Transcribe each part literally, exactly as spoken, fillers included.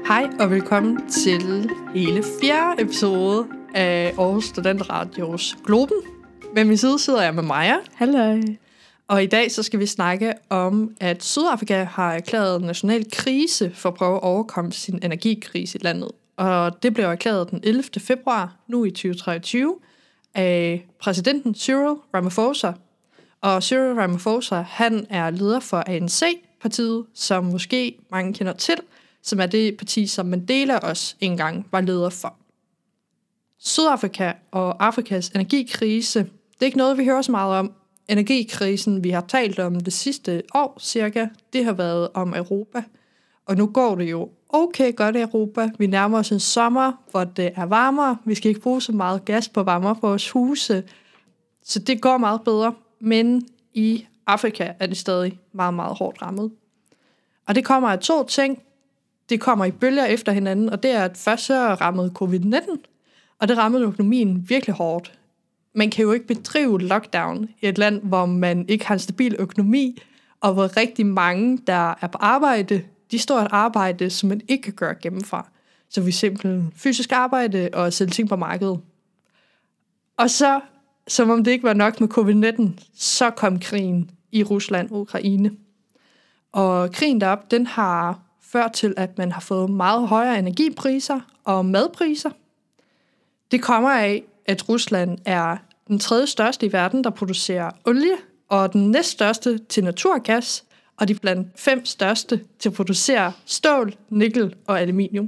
Hej og velkommen til hele fjerde episode af Aarhus Studenteradios Globen. Ved min side sidder jeg med Maja. Hallo. Og i dag så skal vi snakke om, at Sydafrika har erklæret national krise for at prøve at overkomme sin energikrise i landet. Og det blev erklæret den ellevte februar, nu i tyve treogtyve, af præsidenten Cyril Ramaphosa. Og Cyril Ramaphosa, han er leder for A N C-partiet, som måske mange kender til, som er det parti, som Mandela også engang var leder for. Sydafrika og Afrikas energikrise, det er ikke noget, vi hører så meget om. Energikrisen, vi har talt om det sidste år cirka, det har været om Europa. Og nu går det jo okay godt i Europa. Vi nærmer os en sommer, hvor det er varmere. Vi skal ikke bruge så meget gas på varme på vores huse. Så det går meget bedre. Men i Afrika er det stadig meget, meget hårdt rammet. Og det kommer af to ting. Det kommer i bølger efter hinanden, og det er, at først så rammede covid nitten, og det rammede økonomien virkelig hårdt. Man kan jo ikke bedrive lockdown i et land, hvor man ikke har en stabil økonomi, og hvor rigtig mange, der er på arbejde, de står et arbejde, som man ikke kan gøre hjemmefra. Så vi simpelthen fysisk arbejde og sælge ting på markedet. Og så, som om det ikke var nok med covid nitten, så kom krigen i Rusland og Ukraine. Og krigen deroppe, den har ført til, at man har fået meget højere energipriser og madpriser. Det kommer af, at Rusland er den tredje største i verden, der producerer olie, og den næststørste til naturgas, og de blandt fem største til at producere stål, nikkel og aluminium.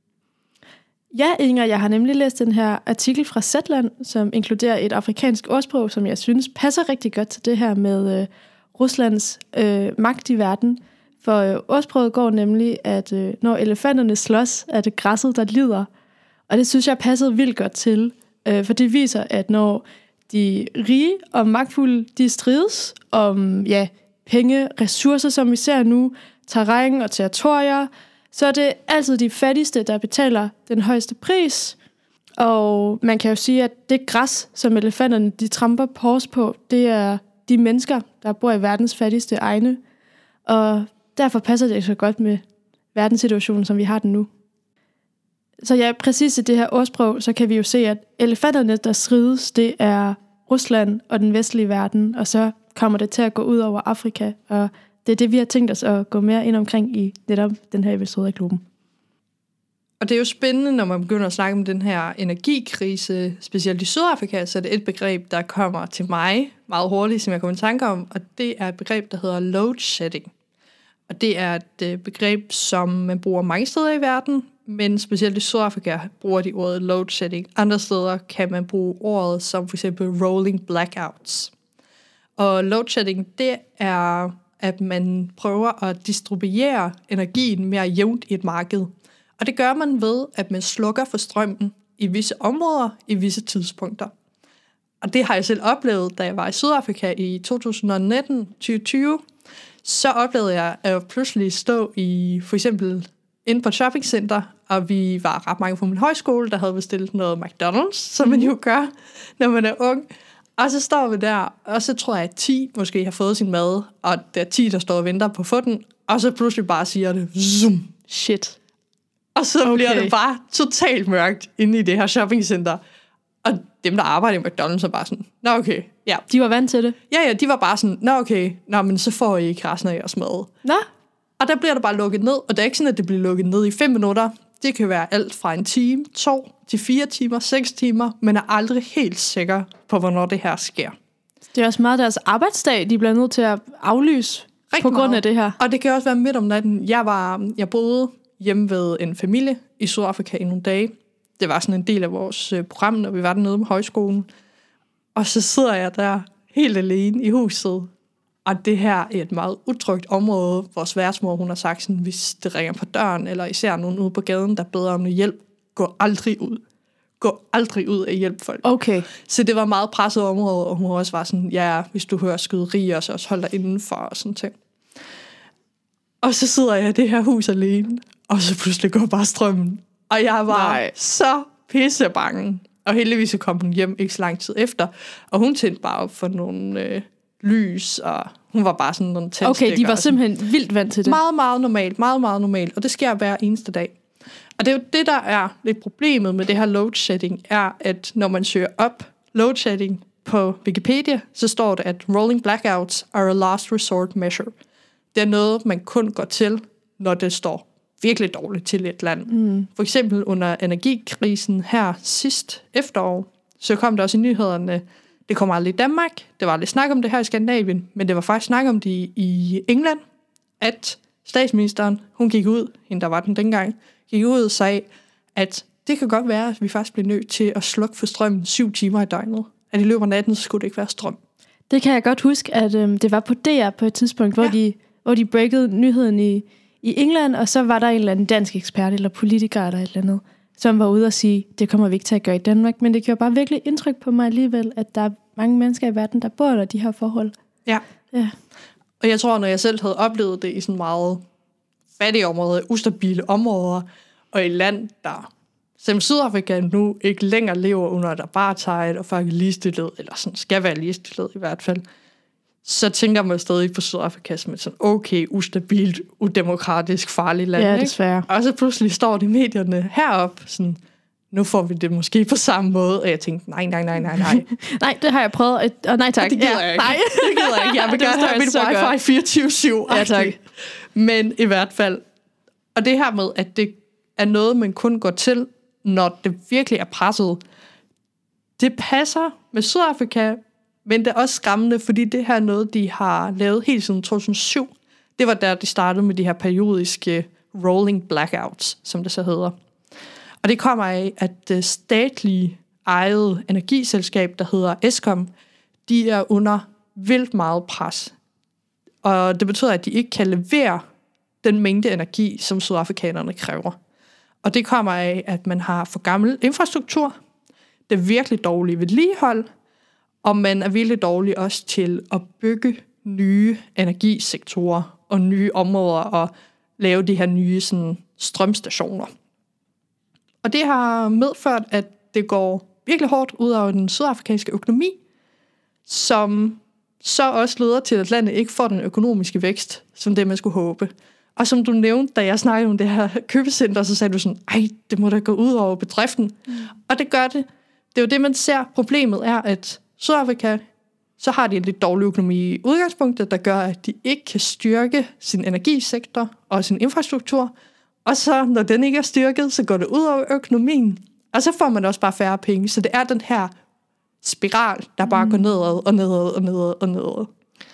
Ja, Inger, jeg har nemlig læst den her artikel fra Zetland, som inkluderer et afrikansk ordsprog, som jeg synes passer rigtig godt til det her med øh, Ruslands øh, magt i verden. For øh, ordsproget går nemlig, at øh, når elefanterne slås, er det græsset, der lider. Og det synes jeg passede vildt godt til, øh, for det viser, at når de rige og magtfulde, de strides om ja, penge, ressourcer, som vi ser nu, terræn og territorier, så er det altid de fattigste, der betaler den højeste pris. Og man kan jo sige, at det græs, som elefanterne de tramper pors på, det er de mennesker, der bor i verdens fattigste egne. Og derfor passer det så godt med verdenssituationen, som vi har den nu. Så ja, præcis i det her ordsprog, så kan vi jo se, at elefanterne, der strides, det er Rusland og den vestlige verden, og så kommer det til at gå ud over Afrika, og det er det, vi har tænkt os at gå mere ind omkring i netop den her episode af klubben. Og det er jo spændende, når man begynder at snakke om den her energikrise, specielt i Sydafrika, så er det et begreb, der kommer til mig meget hurtigt, som jeg kommer i tanke om, og det er et begreb, der hedder load shedding. Og det er et begreb, som man bruger mange steder i verden, men specielt i Sydafrika bruger de ordet load shedding. Andre steder kan man bruge ordet som for eksempel rolling blackouts. Og load shedding, det er, at man prøver at distribuere energien mere jævnt i et marked. Og det gør man ved, at man slukker for strømmen i visse områder, i visse tidspunkter. Og det har jeg selv oplevet, da jeg var i Sydafrika i to tusind nitten til tyve tyve. Så oplevede jeg at pludselig stå i for eksempel inde på et shoppingcenter, og vi var ret mange på min højskole, der havde bestilt noget McDonald's, som man jo gør, når man er ung. Og så står vi der, og så tror jeg, at ti måske har fået sin mad, og der er ti, der står og venter på at få den, og så pludselig bare siger det, zoom, shit. Og så okay. bliver det bare totalt mørkt inde i det her shoppingcenter. Og dem, der arbejder i McDonald's, er bare sådan, nå okay, ja. De var vant til det? Ja, ja, de var bare sådan, nå okay, nå, men så får I ikke resten af jeres mad. Nå? Og der bliver det bare lukket ned, og det er ikke sådan, at det bliver lukket ned i fem minutter. Det kan være alt fra en time, to til fire timer, seks timer, men er aldrig helt sikker på, hvornår det her sker. Det er også meget deres arbejdsdag, de bliver nødt til at aflyse Rigtig på grund meget. af det her. Og det kan også være midt om natten. Jeg, var, jeg boede hjemme ved en familie i Sydafrika i nogle dage. Det var sådan en del af vores program, når vi var dernede med højskolen. Og så sidder jeg der helt alene i huset. Og det her er et meget utrygt område. Vores værtsmor, hun har sagt sådan, hvis det ringer på døren, eller især nogen ude på gaden, der beder om noget hjælp, gå aldrig ud. Gå aldrig ud af hjælp folk. Okay. Så det var et meget presset område, og hun også var sådan, ja, hvis du hører skyderier, så også hold dig indenfor og sådan ting. Og så sidder jeg i det her hus alene, og så pludselig går bare strømmen. Og jeg var Nej. så pissebange. Og heldigvis kom hun hjem ikke så lang tid efter, og hun tændte bare op for nogle øh, lys, og hun var bare sådan nogle tændstikker. Okay, de var simpelthen vildt vant til det. Meget, meget normalt, meget, meget normalt, og det sker hver eneste dag. Og det er jo det, der er lidt problemet med det her load shedding, er, at når man søger op load shedding på Wikipedia, så står det, at rolling blackouts are a last resort measure. Det er noget, man kun går til, når det står virkelig dårligt til et land. Mm. For eksempel under energikrisen her sidst efterår, så kom der også i nyhederne, det kommer aldrig i Danmark, det var aldrig snak om det her i Skandinavien, men det var faktisk snak om det i England, at statsministeren, hun gik ud, hende der var den dengang, gik ud og sagde, at det kan godt være, at vi faktisk bliver nødt til at slukke for strømmen syv timer i døgnet. At i løbet af natten, så skulle det ikke være strøm. Det kan jeg godt huske, at øhm, det var på D R på et tidspunkt, hvor, ja. de, hvor de breakede nyheden i, i England, og så var der en eller anden dansk ekspert eller politiker eller et eller andet, som var ude og sige, det kommer vi ikke til at gøre i Danmark, men det gjorde bare virkelig indtryk på mig alligevel, at der er mange mennesker i verden, der bor under de her forhold. Ja. ja. Og jeg tror, når jeg selv havde oplevet det i sådan meget fattige områder, ustabile områder, og i land, der som Sydafrika nu ikke længere lever under et apartheid og faktisk ligestillet, eller sådan skal være ligestillet i hvert fald, så tænker man stadig på Sydafrika som et sådan okay, ustabilt, udemokratisk, farligt land. Ja, desværre. Ikke? Og så pludselig står det i medierne herop sådan, nu får vi det måske på samme måde, og jeg tænkte, nej, nej, nej, nej, nej. nej, det har jeg prøvet, og nej tak. Det gider ja, jeg ikke. Nej. Det gider jeg ikke. Jeg vil gerne have mit wifi fireogtyve syv. Ja, tak. Men i hvert fald, og det her med, at det er noget, man kun går til, når det virkelig er presset, det passer med Sydafrika, men det er også skræmmende, fordi det her er noget, de har lavet helt siden to tusind og syv. Det var der, de startede med de her periodiske rolling blackouts, som det så hedder. Og det kommer af, at det statlige ejede energiselskab, der hedder Eskom, de er under vildt meget pres. Og det betyder, at de ikke kan levere den mængde energi, som sydafrikanerne kræver. Og det kommer af, at man har for gammel infrastruktur, det er virkelig dårligt vedligehold, og man er virkelig dårlig også til at bygge nye energisektorer og nye områder og lave de her nye sådan, strømstationer. Og det har medført, at det går virkelig hårdt ud af den sydafrikanske økonomi, som så også leder til, at landet ikke får den økonomiske vækst, som det man skulle håbe. Og som du nævnte, da jeg snakkede om det her købecenter, så sagde du sådan, ej, det må da gå ud over bedriften. Mm. Og det gør det. Det er jo det, man ser. Problemet er, at Sydafrika, så har de en lidt dårlig økonomi i udgangspunktet, der gør, at de ikke kan styrke sin energisektor og sin infrastruktur. Og så, når den ikke er styrket, så går det ud over økonomien. Og så får man også bare færre penge. Så det er den her spiral, der bare mm. går nedad og nedad og nedad og nedad.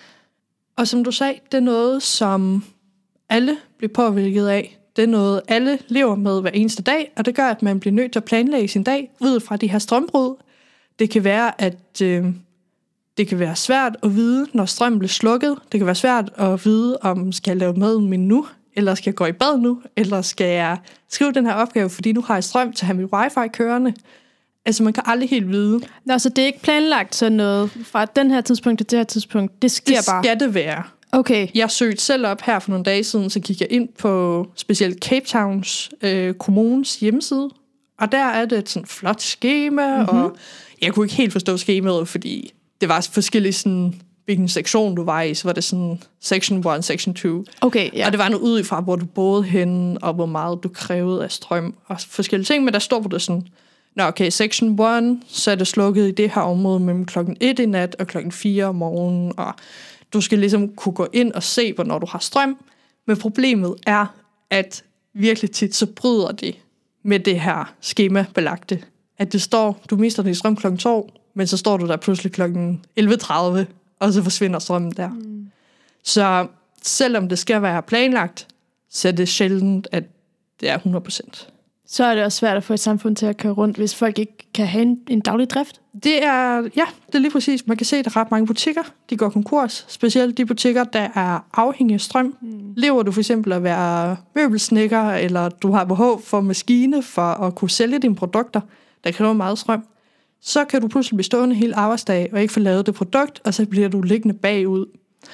Og som du sagde, det er noget, som alle bliver påvirket af. Det er noget, alle lever med hver eneste dag, og det gør, at man bliver nødt til at planlægge sin dag ud fra de her strømbrud. Det kan være, at øh, det kan være svært at vide, når strømmen bliver slukket. Det kan være svært at vide, om skal jeg lave mad min nu, eller skal jeg gå i bad nu, eller skal jeg skrive den her opgave, fordi nu har jeg strøm til at have mit wifi kørende. Altså, man kan aldrig helt vide. Nå, så det er ikke planlagt sådan noget fra den her tidspunkt til det her tidspunkt. Det sker det bare. Det skal det være. Okay. Jeg søgte selv op her for nogle dage siden, så gik jeg ind på specielt Cape Towns øh, kommunens hjemmeside, og der er det et sådan flot skema, mm-hmm. og jeg kunne ikke helt forstå skemaet, fordi det var forskellige sådan, hvilken sektion du var i, så var det sådan section et, section to. Okay, ja. Og det var noget ud fra, hvor du boede henne, og hvor meget du krævede af strøm, og forskellige ting, men der står på det sådan, nå okay, section et, så er det slukket i det her område mellem klokken et i nat og klokken fire om morgenen, og du skal ligesom kunne gå ind og se, hvornår du har strøm. Men problemet er, at virkelig tit så bryder det med det her skemabelagte. At det står, du mister din strøm klokken to, men så står du der pludselig klokken elleve tredive, og så forsvinder strømmen der. Mm. Så selvom det skal være planlagt, så er det sjældent, at det er hundrede procent. Så er det også svært at få et samfund til at køre rundt, hvis folk ikke kan have en, en daglig drift. Det er, ja, det er lige præcis. Man kan se, at der er ret mange butikker, de går konkurs. Specielt de butikker, der er afhængige af strøm. Mm. Lever du for eksempel at være møbelsnedker, eller du har behov for maskine for at kunne sælge dine produkter, der kræver meget strøm, så kan du pludselig blive stående hele arbejdsdag og ikke få lavet det produkt, og så bliver du liggende bagud.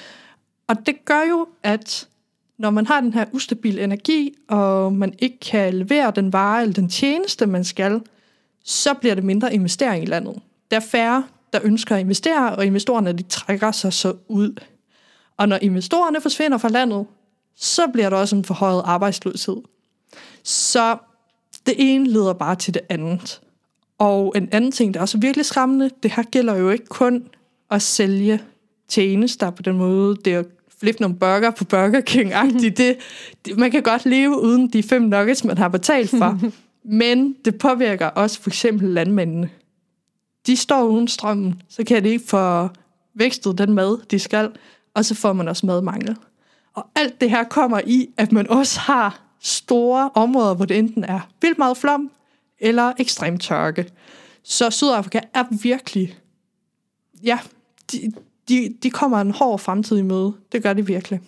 Og det gør jo, at når man har den her ustabil energi, og man ikke kan levere den vare eller den tjeneste, man skal, så bliver det mindre investering i landet. Der er færre, der ønsker at investere, og investorerne de trækker sig så ud. Og når investorerne forsvinder fra landet, så bliver der også en forhøjet arbejdsløshed. Så det ene leder bare til det andet. Og en anden ting, der er også virkelig skræmmende, det her gælder jo ikke kun at sælge tjenester på den måde, det er at flippe nogle burger på Burger King-agtigt. Det, det, man kan godt leve uden de fem nuggets, man har betalt for, men det påvirker også for eksempel landmændene. De står uden strømmen, så kan de ikke få vækstet den mad, de skal, og så får man også madmangel. Og alt det her kommer i, at man også har store områder, hvor det enten er vildt meget flom, eller ekstrem tørke. Så Sydafrika er virkelig, ja, de, de, de kommer en hård fremtid i møde. Det gør de virkelig.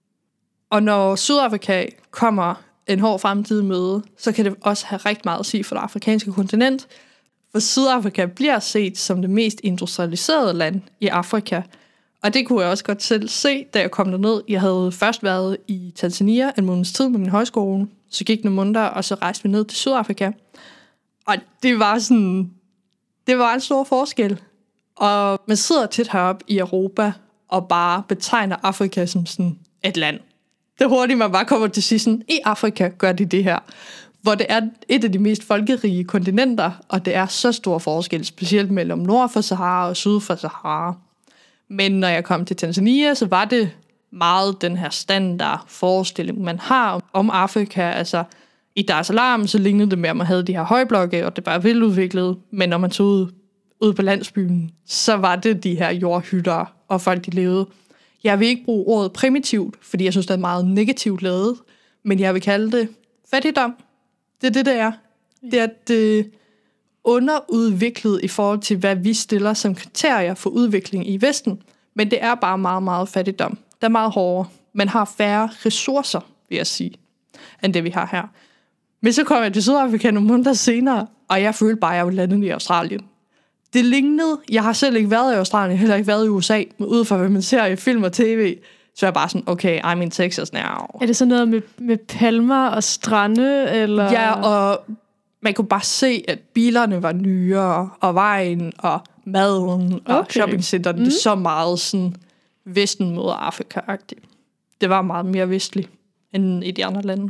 Og når Sydafrika kommer en hård fremtid i møde, så kan det også have rigtig meget at sige for det afrikanske kontinent, for Sydafrika bliver set som det mest industrialiserede land i Afrika. Og det kunne jeg også godt selv se, da jeg kom derned. Jeg havde først været i Tanzania en måneds tid med min højskole, så gik nogle måneder, og så rejste vi ned til Sydafrika. Og det var sådan, det var en stor forskel. Og man sidder tit heroppe i Europa og bare betegner Afrika som sådan et land. Det er hurtigt, man bare kommer til at sige sådan, i Afrika gør de det her. Hvor det er et af de mest folkerige kontinenter, og det er så stor forskel, specielt mellem nord for Sahara og syd for Sahara. Men når jeg kom til Tanzania, så var det meget den her standard forestilling, man har om Afrika. Altså, i Dar es Salaam, så lignede det mere, at man havde de her højblokke, og det var veludviklet. Men når man tog ud, ud på landsbyen, så var det de her jordhytter, og folk de levede. Jeg vil ikke bruge ordet primitivt, fordi jeg synes, det er meget negativt lavet, men jeg vil kalde det fattigdom. Det er det, det er. Det er det underudviklet i forhold til, hvad vi stiller som kriterier for udvikling i Vesten. Men det er bare meget, meget fattigdom. Det er meget hårdere. Man har færre ressourcer, vil jeg sige, end det vi har her. Men så kom jeg til Sydafrika nogle måneder senere, og jeg følte bare, at jeg var landet i Australien. Det lignede, jeg har selv ikke været i Australien, heller ikke været i U S A, men ud fra hvad man ser i film og tv, så er jeg bare sådan, okay, I'm in Texas now. Er det sådan noget med, med palmer og strande? Eller? Ja, og man kunne bare se, at bilerne var nyere, og vejen, og maden, og okay. shoppingcenterne, mm. det er så meget sådan Vesten mod Afrika-agtigt. Det var meget mere vestligt end i de andre lande.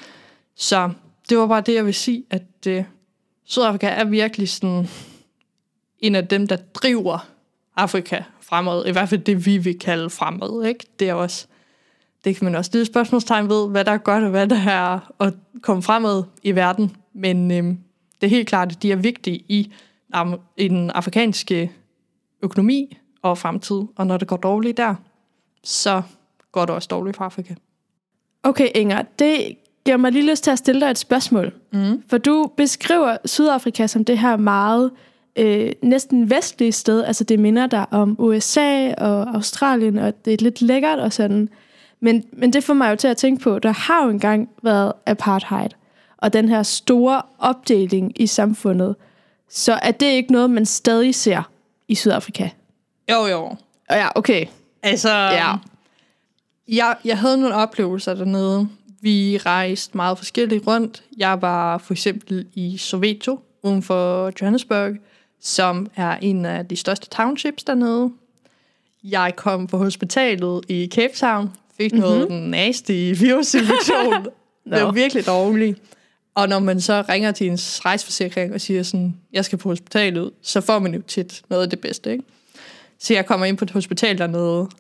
Så det var bare det, jeg vil sige, at uh, Sydafrika er virkelig sådan en af dem, der driver Afrika fremad. I hvert fald det, vi vil kalde fremad. Ikke? Det er også, det kan man også stille spørgsmålstegn ved, hvad der er godt og hvad der er at komme fremad i verden. Men øhm, det er helt klart, at de er vigtige i, i den afrikanske økonomi og fremtid. Og når det går dårligt der, så går det også dårligt for Afrika. Okay, Inger, det giver mig lige lyst til at stille dig et spørgsmål. Mm. For du beskriver Sydafrika som det her meget øh, næsten vestlige sted. Altså det minder dig om U S A og Australien, og det er lidt lækkert og sådan. Men, men det får mig jo til at tænke på, der har jo engang været apartheid, og den her store opdeling i samfundet. Så er det ikke noget, man stadig ser i Sydafrika? Jo, jo. Ja, okay. Altså, ja. Jeg, jeg havde nogle oplevelser dernede. Vi rejste meget forskelligt rundt. Jeg var for eksempel i Soweto, uden for Johannesburg, som er en af de største townships dernede. Jeg kom på hospitalet i Cape Town, fik mm-hmm. noget nasty virusinfektion. no. Det var virkelig dårligt. Og når man så ringer til ens rejseforsikring og siger sådan, jeg skal på hospitalet, så får man jo tit noget af det bedste, ikke? Så jeg kommer ind på et hospital dernede,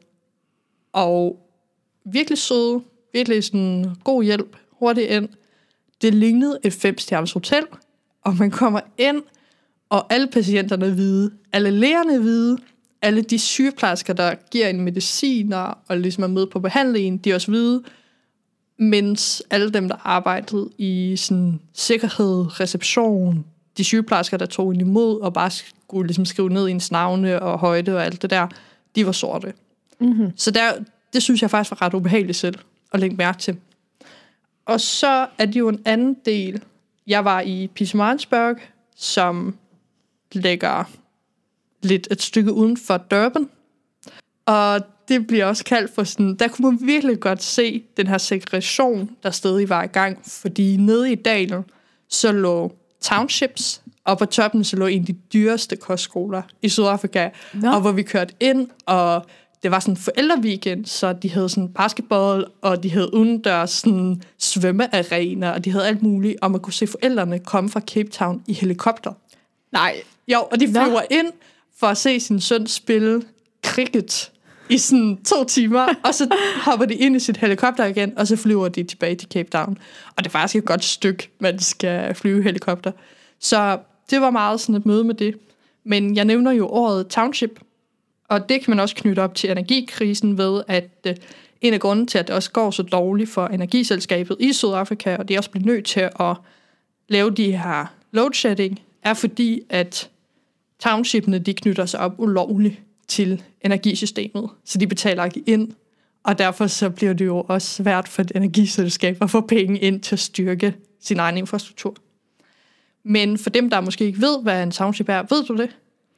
og virkelig sød, virkelig sådan god hjælp, hurtigt ind. Det lignede et femstjerners hotel, og man kommer ind, og alle patienterne er hvide, alle lægerne er hvide, alle de sygeplejersker, der giver en mediciner og ligesom er med på behandlingen, de er også hvide, mens alle dem, der arbejdede i sådan sikkerhed, reception, de sygeplejersker, der tog en imod og bare skulle ligesom skrive ned i ens navne og højde og alt det der, de var sorte. Mm-hmm. Så der, det synes jeg faktisk var ret ubehageligt selv at lægge mærke til. Og så er det jo en anden del. Jeg var i Pietermaritzburg, som ligger lidt et stykke uden for Durban. Og det bliver også kaldt for sådan, der kunne man virkelig godt se den her segregation, der stadig var i gang. Fordi nede i dalen, så lå townships, og på toppen så lå en af de dyreste kostskoler i Sydafrika. Ja. Og hvor vi kørte ind, og det var sådan en forældreweekend, så de havde sådan basketball, og de havde udendørs sådan svømmearena, og de havde alt muligt, og man kunne se forældrene komme fra Cape Town i helikopter. Nej. Jo, og de flyver ind for at se sin søn spille cricket i sådan to timer, og så hopper de ind i sit helikopter igen, og så flyver de tilbage til Cape Town. Og det er faktisk et godt stykke, man skal flyve helikopter. Så det var meget sådan et møde med det. Men jeg nævner jo ordet township, og det kan man også knytte op til energikrisen ved, at øh, en af grunden til, at det også går så dårligt for energiselskabet i Sydafrika, og de også bliver nødt til at lave de her loadshedding, er fordi, at townshipene, de knytter sig op ulovligt til energisystemet, så de betaler ikke ind, og derfor så bliver det jo også svært for et energiselskab at få penge ind til at styrke sin egen infrastruktur. Men for dem, der måske ikke ved, hvad en township er, ved du det?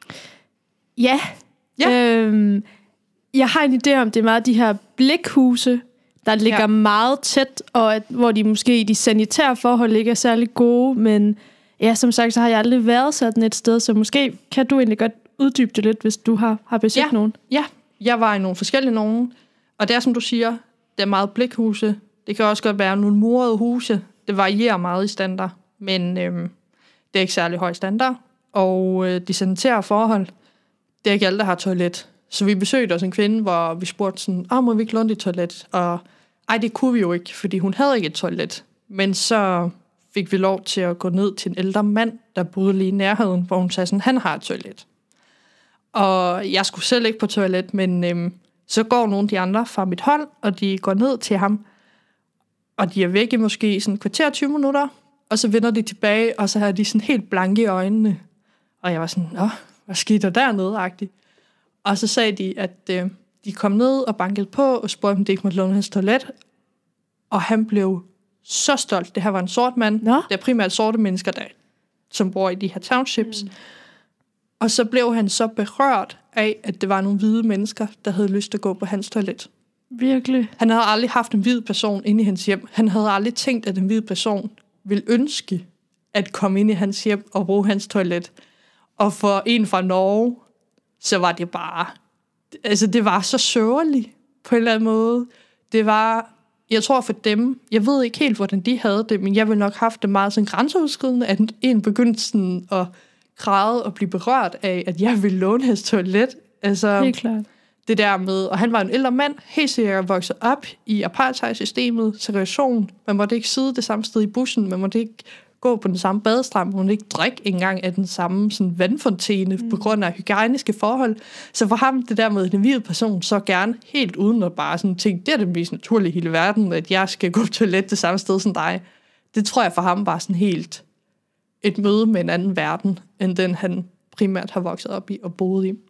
Ja. ja. Øhm, jeg har en idé om, det er meget de her blikhuse, der ligger ja. meget tæt, og at, hvor de måske i de sanitære forhold ikke er særlig gode, men ja, som sagt, så har jeg aldrig været sådan et sted, så måske kan du egentlig godt uddybe det lidt, hvis du har, har besøgt ja. nogen. Ja, jeg var i nogle forskellige nogen, og det er, som du siger, det er meget blikhuse. Det kan også godt være nogle murede huse. Det varierer meget i standard, men øhm, det er ikke særlig høj standard. Og øh, de sanitære forhold, det er ikke alle, der har toilet. Så vi besøgte også en kvinde, hvor vi spurgte sådan, åh, må vi ikke låne dit toilet? Og ej, det kunne vi jo ikke, fordi hun havde ikke et toilet. Men så fik vi lov til at gå ned til en ældre mand, der boede lige i nærheden, hvor hun sagde sådan, han har et toilet. Og jeg skulle selv ikke på toilet, men øhm, så går nogle af de andre fra mit hold, og de går ned til ham, og de er væk i måske sådan kvarter tyve minutter, og så vender de tilbage, og så har de sådan helt blanke i øjnene. Og jeg var sådan, nå, hvad skete der dernede-agtigt? Og så sagde de, at øh, de kom ned og bankede på, og spurgte, om de ikke måtte låne hans toilet. Og han blev så stolt. Det her var en sort mand. Nå? Det er primært sorte mennesker, der, som bor i de her townships. Mm. Og så blev han så berørt af, at det var nogle hvide mennesker, der havde lyst til at gå på hans toilet. Virkelig? Han havde aldrig haft en hvid person inde i hans hjem. Han havde aldrig tænkt, at en hvid person ville ønske at komme ind i hans hjem og bruge hans toilet. Og for en fra Norge, så var det bare... Altså, det var så sørgeligt på en eller anden måde. Det var... Jeg tror for dem... Jeg ved ikke helt, hvordan de havde det, men jeg ville nok have haft det meget sådan grænseoverskridende, at en begyndte sådan at græde og blive berørt af, at jeg ville låne hans toilet. Altså, helt klart. Det der med... Og han var en ældre mand, helt sikkert vokset op i apartheid-systemet, segregation. Man måtte ikke sidde det samme sted i bussen, man måtte ikke gå på den samme badestrand, man måtte ikke drikke engang af den samme sådan, vandfontæne mm. på grund af hygiejniske forhold. Så for ham, det der med den hvide person, så gerne helt uden at bare sådan tænke, det er det mest naturlige i hele verden, at jeg skal gå på toilet det samme sted som dig. Det tror jeg for ham var sådan helt et møde med en anden verden, end den han primært har vokset op i og boet i.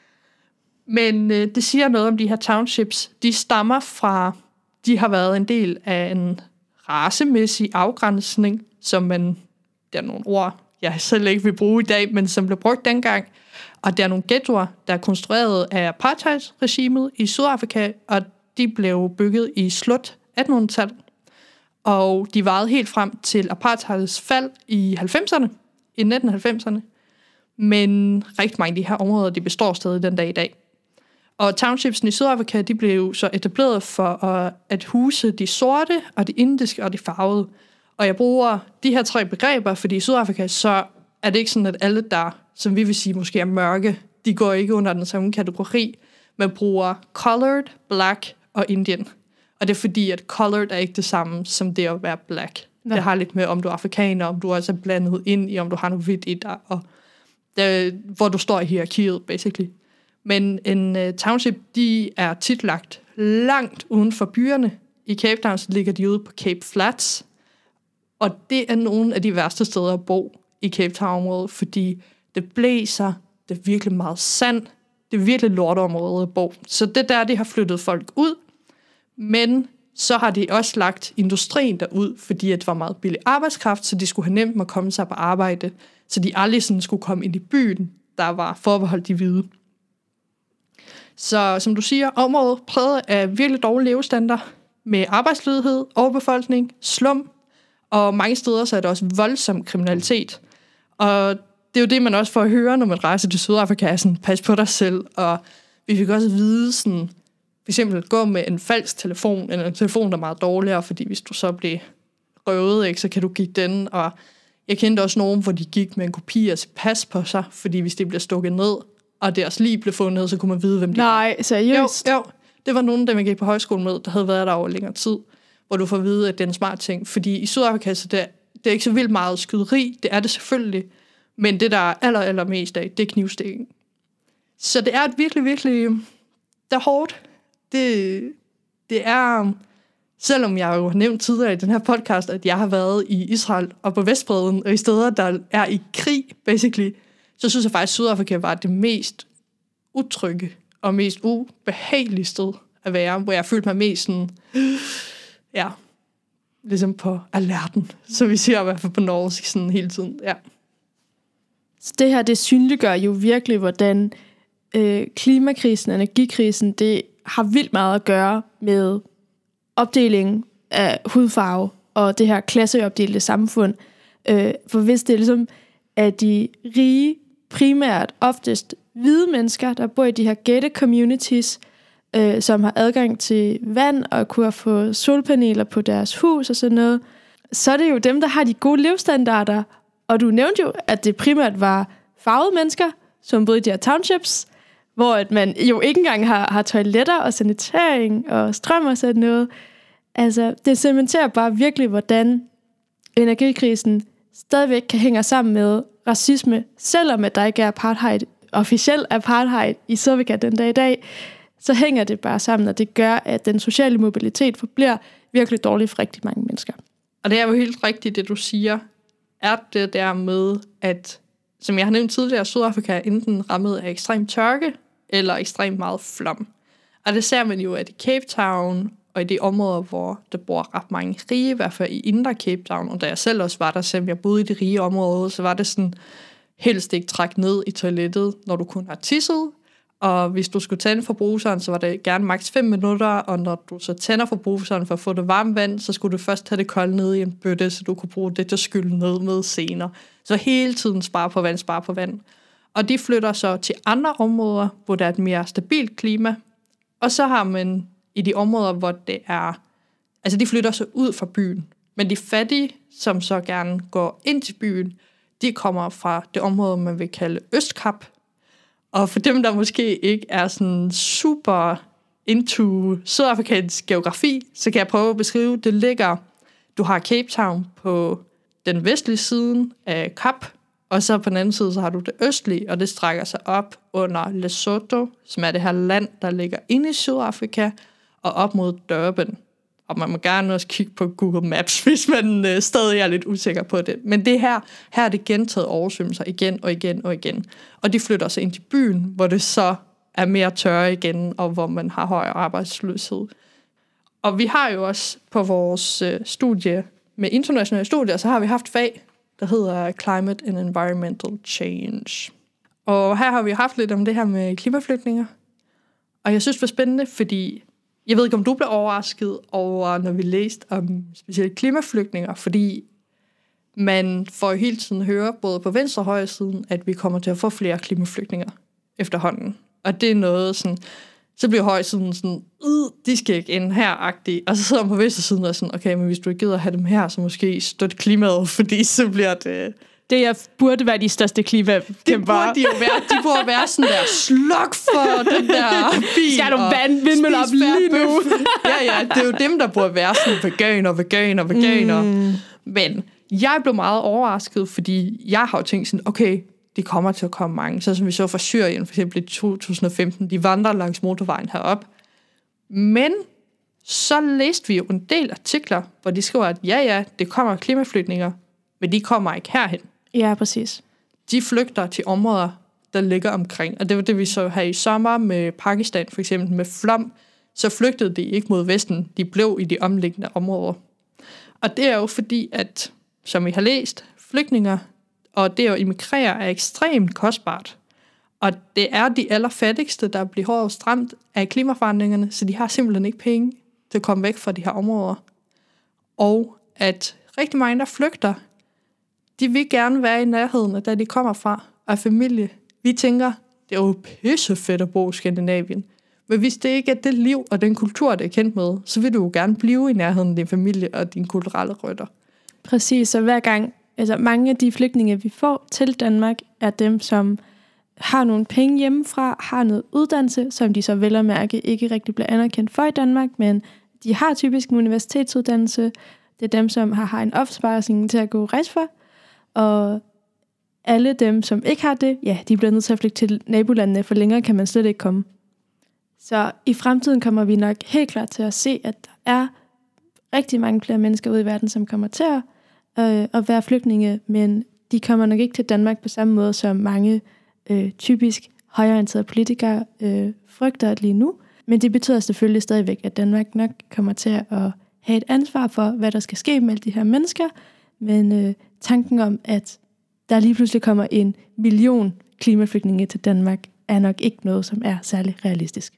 Men øh, det siger noget om de her townships. De stammer fra, de har været en del af en racemæssig afgrænsning, som man, der er nogle ord, jeg selv ikke vil bruge i dag, men som blev brugt dengang. Og der er nogle ghettoer, der er konstrueret af apartheid-regimet i Sydafrika, og de blev bygget i slut attenhundredetallet. Og de varede helt frem til apartheids fald i halvfemserne, i nitten halvfemserne. Men rigtig mange af de her områder, de består stadig den dag i dag. Og townshipsen i Sydafrika, de blev så etableret for at huse de sorte, og de indiske og de farvede. Og jeg bruger de her tre begreber, fordi i Sydafrika, så er det ikke sådan, at alle der, som vi vil sige, måske er mørke, de går ikke under den samme kategori. Man bruger colored, black og Indian. Og det er fordi, at colored er ikke det samme som det at være black. Ja. Det har lidt med, om du er afrikaner, om du også er blandet ind i, om du har noget hvidt i dig, og det, hvor du står i hierarkiet, basically. Men en uh, township, de er tit lagt langt uden for byerne. I Cape Town ligger de ude på Cape Flats, og det er nogle af de værste steder at bo i Cape Town-området, fordi det blæser, det er virkelig meget sand, det er virkelig lorteområdet at bo. Så det der, det har flyttet folk ud, men så har de også lagt industrien derud, fordi det var meget billig arbejdskraft, så de skulle have nemt med at komme sig på arbejde, så de aldrig sådan skulle komme ind i byen, der var forbeholdt de hvide. Så som du siger, området præget af virkelig dårlig levestandard, med arbejdsløshed, overbefolkning, slum, og mange steder så er der også voldsom kriminalitet. Og det er jo det, man også får at høre, når man rejser til Sydafrika, sådan, pas på dig selv, og vi fik også at vide sådan, for eksempel gå med en falsk telefon, eller en telefon, der er meget dårligere, fordi hvis du så bliver røvet, ikke, så kan du give den, og jeg kendte også nogen, hvor de gik med en kopi af sit pas på sig, fordi hvis det bliver stukket ned, og deres liv blev fundet, så kunne man vide, hvem de Nej, er. seriøst? Jo, jo, det var nogen, der man gik på højskole med, der havde været der over længere tid, hvor du får at vide, at det er en smart ting. Fordi i Sydafrika, så det, det er ikke så vildt meget skyderi, det er det selvfølgelig, men det, der er aller, aller mest af, det er knivstikken. Så det er et virkelig, virkelig, det er hårdt. Det, det er, selvom jeg jo har nævnt tidligere i den her podcast, at jeg har været i Israel og på Vestbredden, og i steder, der er i krig, basically, så synes jeg faktisk, at Sydafrika var det mest utrygge og mest ubehagelige sted at være, hvor jeg følte mig mest sådan, ja, ligesom på alerten, så vi siger i hvert fald på norsk sådan hele tiden, ja. Så det her, det synliggør jo virkelig, hvordan øh, klimakrisen, energikrisen, det har vildt meget at gøre med opdelingen af hudfarve og det her klasseopdelte samfund. Øh, for hvis det er ligesom, at de rige, primært oftest hvide mennesker, der bor i de her gated communities, øh, som har adgang til vand og kunne få solpaneler på deres hus og sådan noget, så er det jo dem, der har de gode levestandarder. Og du nævnte jo, at det primært var farvede mennesker, som boede i de her townships, hvor at man jo ikke engang har, har toiletter og sanitering og strøm og sådan noget. Altså, det cementerer bare virkelig, hvordan energikrisen stadigvæk kan hænge sammen med racisme, selvom at der ikke er apartheid, officiel apartheid i Sydafrika den dag i dag, så hænger det bare sammen, og det gør, at den sociale mobilitet forbliver virkelig dårlig for rigtig mange mennesker. Og det er jo helt rigtigt, det du siger, er det der med, at, som jeg har nævnt tidligere, Sydafrika er enten rammet af ekstrem tørke, eller ekstremt meget flom. Og det ser man jo, at i Cape Town, og i de områder, hvor der bor ret mange rige, i hvert fald i indre Cape Town, og da jeg selv også var der, selvom jeg boede i de rige områder, så var det sådan, helst ikke trække ned i toilettet, når du kun har tisset, og hvis du skulle tænde for bruseren, så var det gerne maks fem minutter, og når du så tænder for bruseren for at få det varmt vand, så skulle du først tage det koldt ned i en bøtte, så du kunne bruge det til at skylle ned med senere. Så hele tiden spare på vand, spare på vand. Og de flytter så til andre områder, hvor der er et mere stabilt klima, og så har man i de områder, hvor det er, altså de flytter så ud fra byen, men de fattige, som så gerne går ind til byen, de kommer fra det område, man vil kalde Østkap. Og for dem, der måske ikke er sådan super into sydafrikansk geografi, så kan jeg prøve at beskrive, det ligger, du har Cape Town på den vestlige side af Kap, og så på den anden side, så har du det østlige, og det strækker sig op under Lesotho, som er det her land, der ligger inde i Sydafrika, og op mod Durban. Og man må gerne også kigge på Google Maps, hvis man øh, stadig er lidt usikker på det. Men det her, her er det gentaget oversvømmelser igen og igen og igen. Og de flytter sig ind til byen, hvor det så er mere tørre igen, og hvor man har højere arbejdsløshed. Og vi har jo også på vores øh, studie, med internationale studier, så har vi haft fag, der hedder Climate and Environmental Change. Og her har vi haft lidt om det her med klimaflygtninger. Og jeg synes, det var spændende, fordi jeg ved ikke, om du blev overrasket over, når vi læste om specielt klimaflygtninger, fordi man får jo hele tiden høre, både på venstre og højre siden, at vi kommer til at få flere klimaflygtninger efterhånden. Og det er noget sådan, så bliver højre siden sådan, de skal ikke ind her-agtigt. Og så sidder man på venstre siden og sådan, okay, men hvis du ikke gider at have dem her, så måske støtte klimaet, fordi så bliver det... Det jeg burde være de største klimakæmper. Det burde de jo være. De burde være sådan der, sluk for den der bil. Skal du vand vindmøller op lige nu? Ja, ja, det er jo dem, der burde være sådan veganer, veganer, veganer. Mm. Men jeg blev meget overrasket, fordi jeg har jo tænkt sådan, okay, de kommer til at komme mange. Så som vi så fra Syrien, for eksempel i to tusind og femten, de vandrer langs motorvejen herop. Men så læste vi jo en del artikler, hvor de skriver, at ja, ja, det kommer klimaflygtninger, men de kommer ikke herhen. Ja, præcis. De flygter til områder, der ligger omkring. Og det var det, vi så her i sommer med Pakistan, for eksempel med flom. Så flygtede de ikke mod Vesten, de blev i de omliggende områder. Og det er jo fordi, at, som I har læst, flygtninger og det at immigrere er ekstremt kostbart. Og det er de allerfattigste, der bliver hårdest ramt af klimaforandringerne, så de har simpelthen ikke penge til at komme væk fra de her områder. Og at rigtig mange, der flygter, de vil gerne være i nærheden af, der de kommer fra, og familie. Vi tænker, det er jo pissefedt at bo i Skandinavien. Men hvis det ikke er det liv og den kultur, det er kendt med, så vil du jo gerne blive i nærheden af din familie og dine kulturelle rødder. Præcis, så hver gang, altså mange af de flygtninge, vi får til Danmark, er dem, som har nogle penge hjemmefra, har noget uddannelse, som de så vel at mærke ikke rigtig bliver anerkendt for i Danmark, men de har typisk en universitetsuddannelse. Det er dem, som har, har en opsparing til at gå rejse for, og alle dem, som ikke har det, ja, de bliver nødt til at flygte til nabolandene, for længere kan man slet ikke komme. Så i fremtiden kommer vi nok helt klart til at se, at der er rigtig mange flere mennesker ude i verden, som kommer til at, øh, at være flygtninge, men de kommer nok ikke til Danmark på samme måde, som mange øh, typisk højreorienterede politikere øh, frygter lige nu. Men det betyder selvfølgelig stadigvæk, at Danmark nok kommer til at have et ansvar for, hvad der skal ske med alle de her mennesker. Men øh, tanken om, at der lige pludselig kommer en million klimaflygtninge til Danmark, er nok ikke noget, som er særlig realistisk.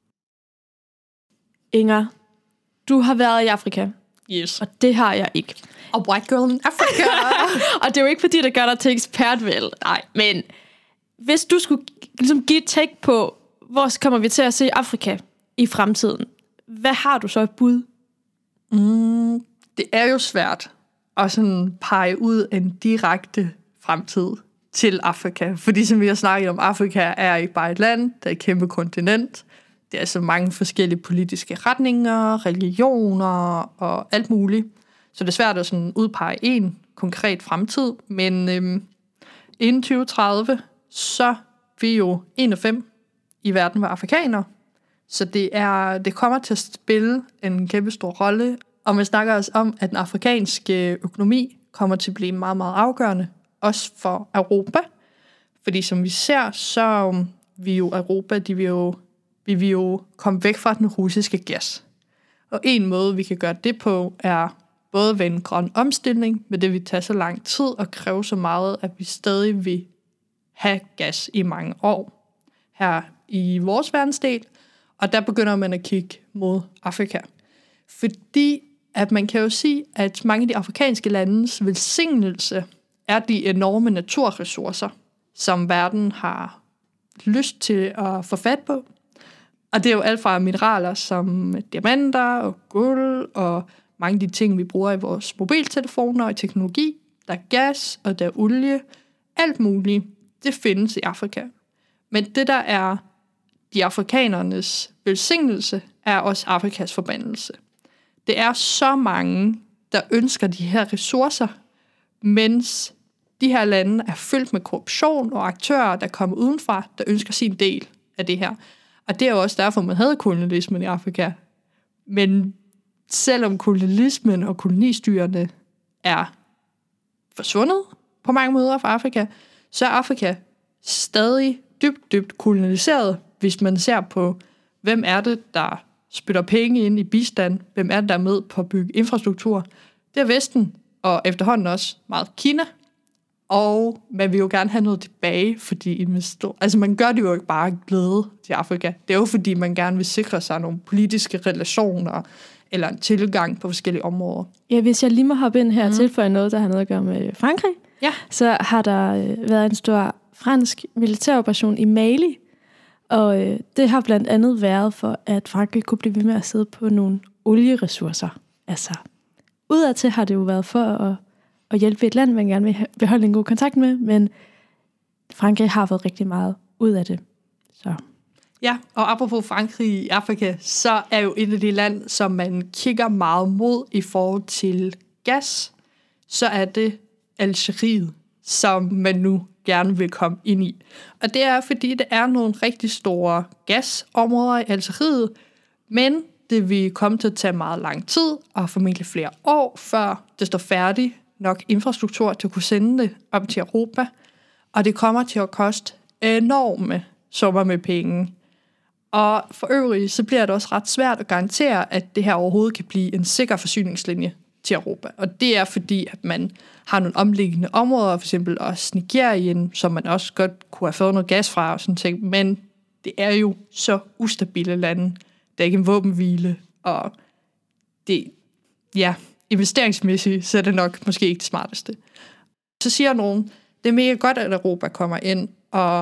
Inger, du har været i Afrika. Yes. Og det har jeg ikke. A white girl in Africa. Og det er jo ikke fordi, det gør dig til ekspert, vel? Nej, men hvis du skulle ligesom give et take på, hvor kommer vi til at se Afrika i fremtiden, hvad har du så et bud? Mm, det er jo svært at sådan pege ud en direkte fremtid til Afrika. Fordi som vi har snakket om, Afrika er ikke bare et land, det er et kæmpe kontinent. Det er så mange forskellige politiske retninger, religioner og alt muligt. Så det er svært at sådan udpege en konkret fremtid. Men øhm, inden tyve tredive, så er vi jo en af fem i verden var afrikanere. Så det, er, det kommer til at spille en kæmpe stor rolle. Og man snakker også om, at den afrikanske økonomi kommer til at blive meget, meget afgørende. Også for Europa. Fordi som vi ser, så vil jo Europa, de vil jo, vi vil jo komme væk fra den russiske gas. Og en måde, vi kan gøre det på, er både ved en grøn omstilling, men det vil tage så lang tid og kræve så meget, at vi stadig vil have gas i mange år her i vores verdensdel. Og der begynder man at kigge mod Afrika. Fordi at man kan jo sige, at mange af de afrikanske landes velsignelse er de enorme naturressourcer, som verden har lyst til at få fat på. Og det er jo alt fra mineraler som diamanter og guld og mange af de ting, vi bruger i vores mobiltelefoner og teknologi. Der er gas, og der er olie. Alt muligt, det findes i Afrika. Men det, der er de afrikanernes velsignelse, er også Afrikas forbandelse. Det er så mange, der ønsker de her ressourcer, mens de her lande er fyldt med korruption og aktører, der kommer udenfra, der ønsker sin del af det her. Og det er jo også derfor, man havde kolonialismen i Afrika. Men selvom kolonialismen og kolonistyrene er forsvundet på mange måder fra Afrika, så er Afrika stadig dybt, dybt koloniseret, hvis man ser på, hvem er det, der spytter penge ind i bistand, hvem er det, der er med på at bygge infrastruktur. Det er Vesten, og efterhånden også meget Kina. Og man vil jo gerne have noget tilbage, fordi investor... altså man gør det jo ikke bare glæde til Afrika. Det er jo fordi, man gerne vil sikre sig nogle politiske relationer, eller en tilgang på forskellige områder. Ja, hvis jeg lige må hoppe ind her og mm. tilføje noget, der har noget at gøre med Frankrig, ja. Så har der øh, været en stor fransk militæroperation i Mali, og øh, det har blandt andet været for, at Frankrig kunne blive ved med at sidde på nogle olieressourcer. Altså, udadtil har det jo været for at, at hjælpe et land, man gerne vil beholde en god kontakt med, men Frankrig har fået rigtig meget ud af det. Så. Ja, og apropos Frankrig i Afrika, så er jo et af de lande, som man kigger meget mod i forhold til gas, så er det Algeriet, som man nu gerne vil komme ind i. Og det er, fordi det er nogle rigtig store gasområder i Algeriet, men det vil komme til at tage meget lang tid, og formentlig flere år, før det står færdigt nok infrastruktur til at kunne sende det op til Europa. Og det kommer til at koste enorme summer med penge. Og for øvrigt, så bliver det også ret svært at garantere, at det her overhovedet kan blive en sikker forsyningslinje til Europa. Og det er fordi, at man har nogle omliggende områder, for eksempel også Nigerien, som man også godt kunne have fået noget gas fra og sådan ting, men det er jo så ustabile lande. Der er ikke en våbenhvile, og det, ja, investeringsmæssigt, så er det nok måske ikke det smarteste. Så siger nogen, det er mega godt, at Europa kommer ind og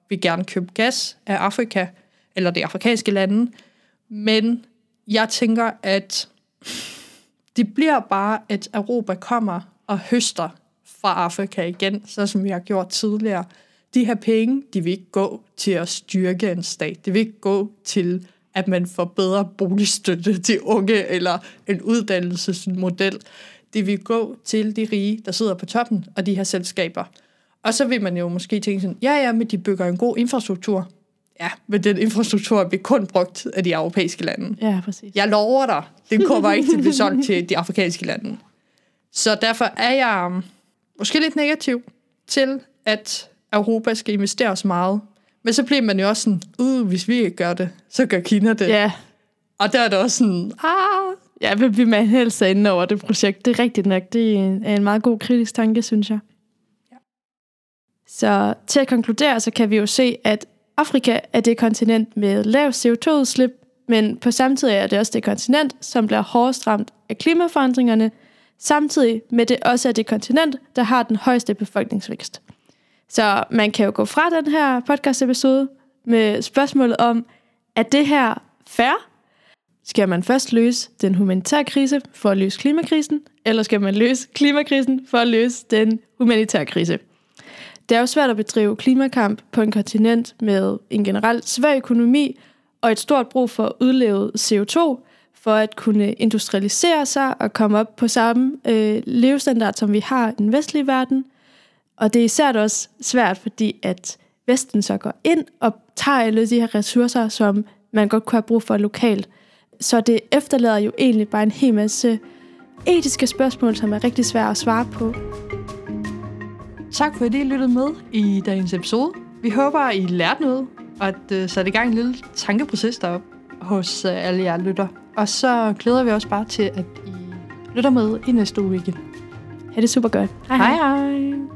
vil gerne købe gas af Afrika, eller de afrikanske lande. Men jeg tænker, at det bliver bare, at Europa kommer og høster fra Afrika igen, så som vi har gjort tidligere. De her penge, de vil ikke gå til at styrke en stat. Det vil ikke gå til, at man får bedre boligstøtte til unge, eller en uddannelsesmodel. Det vil gå til de rige, der sidder på toppen, og de her selskaber. Og så vil man jo måske tænke sådan, ja, ja, men de bygger en god infrastruktur. Ja, men den infrastruktur bliver kun brugt af de europæiske lande. Ja, præcis. Jeg lover dig, den kommer ikke til at blive solgt til de afrikanske lande. Så derfor er jeg måske lidt negativ til, at Europa skal investere så meget. Men så bliver man jo også sådan, uh, hvis vi ikke gør det, så gør Kina det. Ja. Og der er det også sådan, ah. Ja, vil blive man helst inde over det projekt. Det er rigtigt nok. Det er en, er en meget god kritisk tanke, synes jeg. Ja. Så til at konkludere, så kan vi jo se, at Afrika er det kontinent med lav C O to udslip, men på samtidig er det også det kontinent, som bliver hårdest ramt af klimaforandringerne, samtidig med det også er det kontinent, der har den højeste befolkningsvækst. Så man kan jo gå fra den her podcast-episode med spørgsmålet om, er det her fair? Skal man først løse den humanitære krise for at løse klimakrisen, eller skal man løse klimakrisen for at løse den humanitære krise? Det er jo svært at bedrive klimakamp på en kontinent med en generelt svag økonomi og et stort brug for udlevet C O to for at kunne industrialisere sig og komme op på samme øh, levestandard, som vi har i den vestlige verden. Og det er især også svært, fordi at Vesten så går ind og tager alle de her ressourcer, som man godt kunne have brug for lokalt. Så det efterlader jo egentlig bare en hel masse etiske spørgsmål, som er rigtig svære at svare på. Tak fordi I lyttede med i dagens episode. Vi håber, at I lærte noget, og at uh, satte i gang en lille tankeproces deroppe hos uh, alle jer lytter. Og så glæder vi os bare til, at I lytter med i næste uge igen. Ha' det super godt. Hej hej. hej.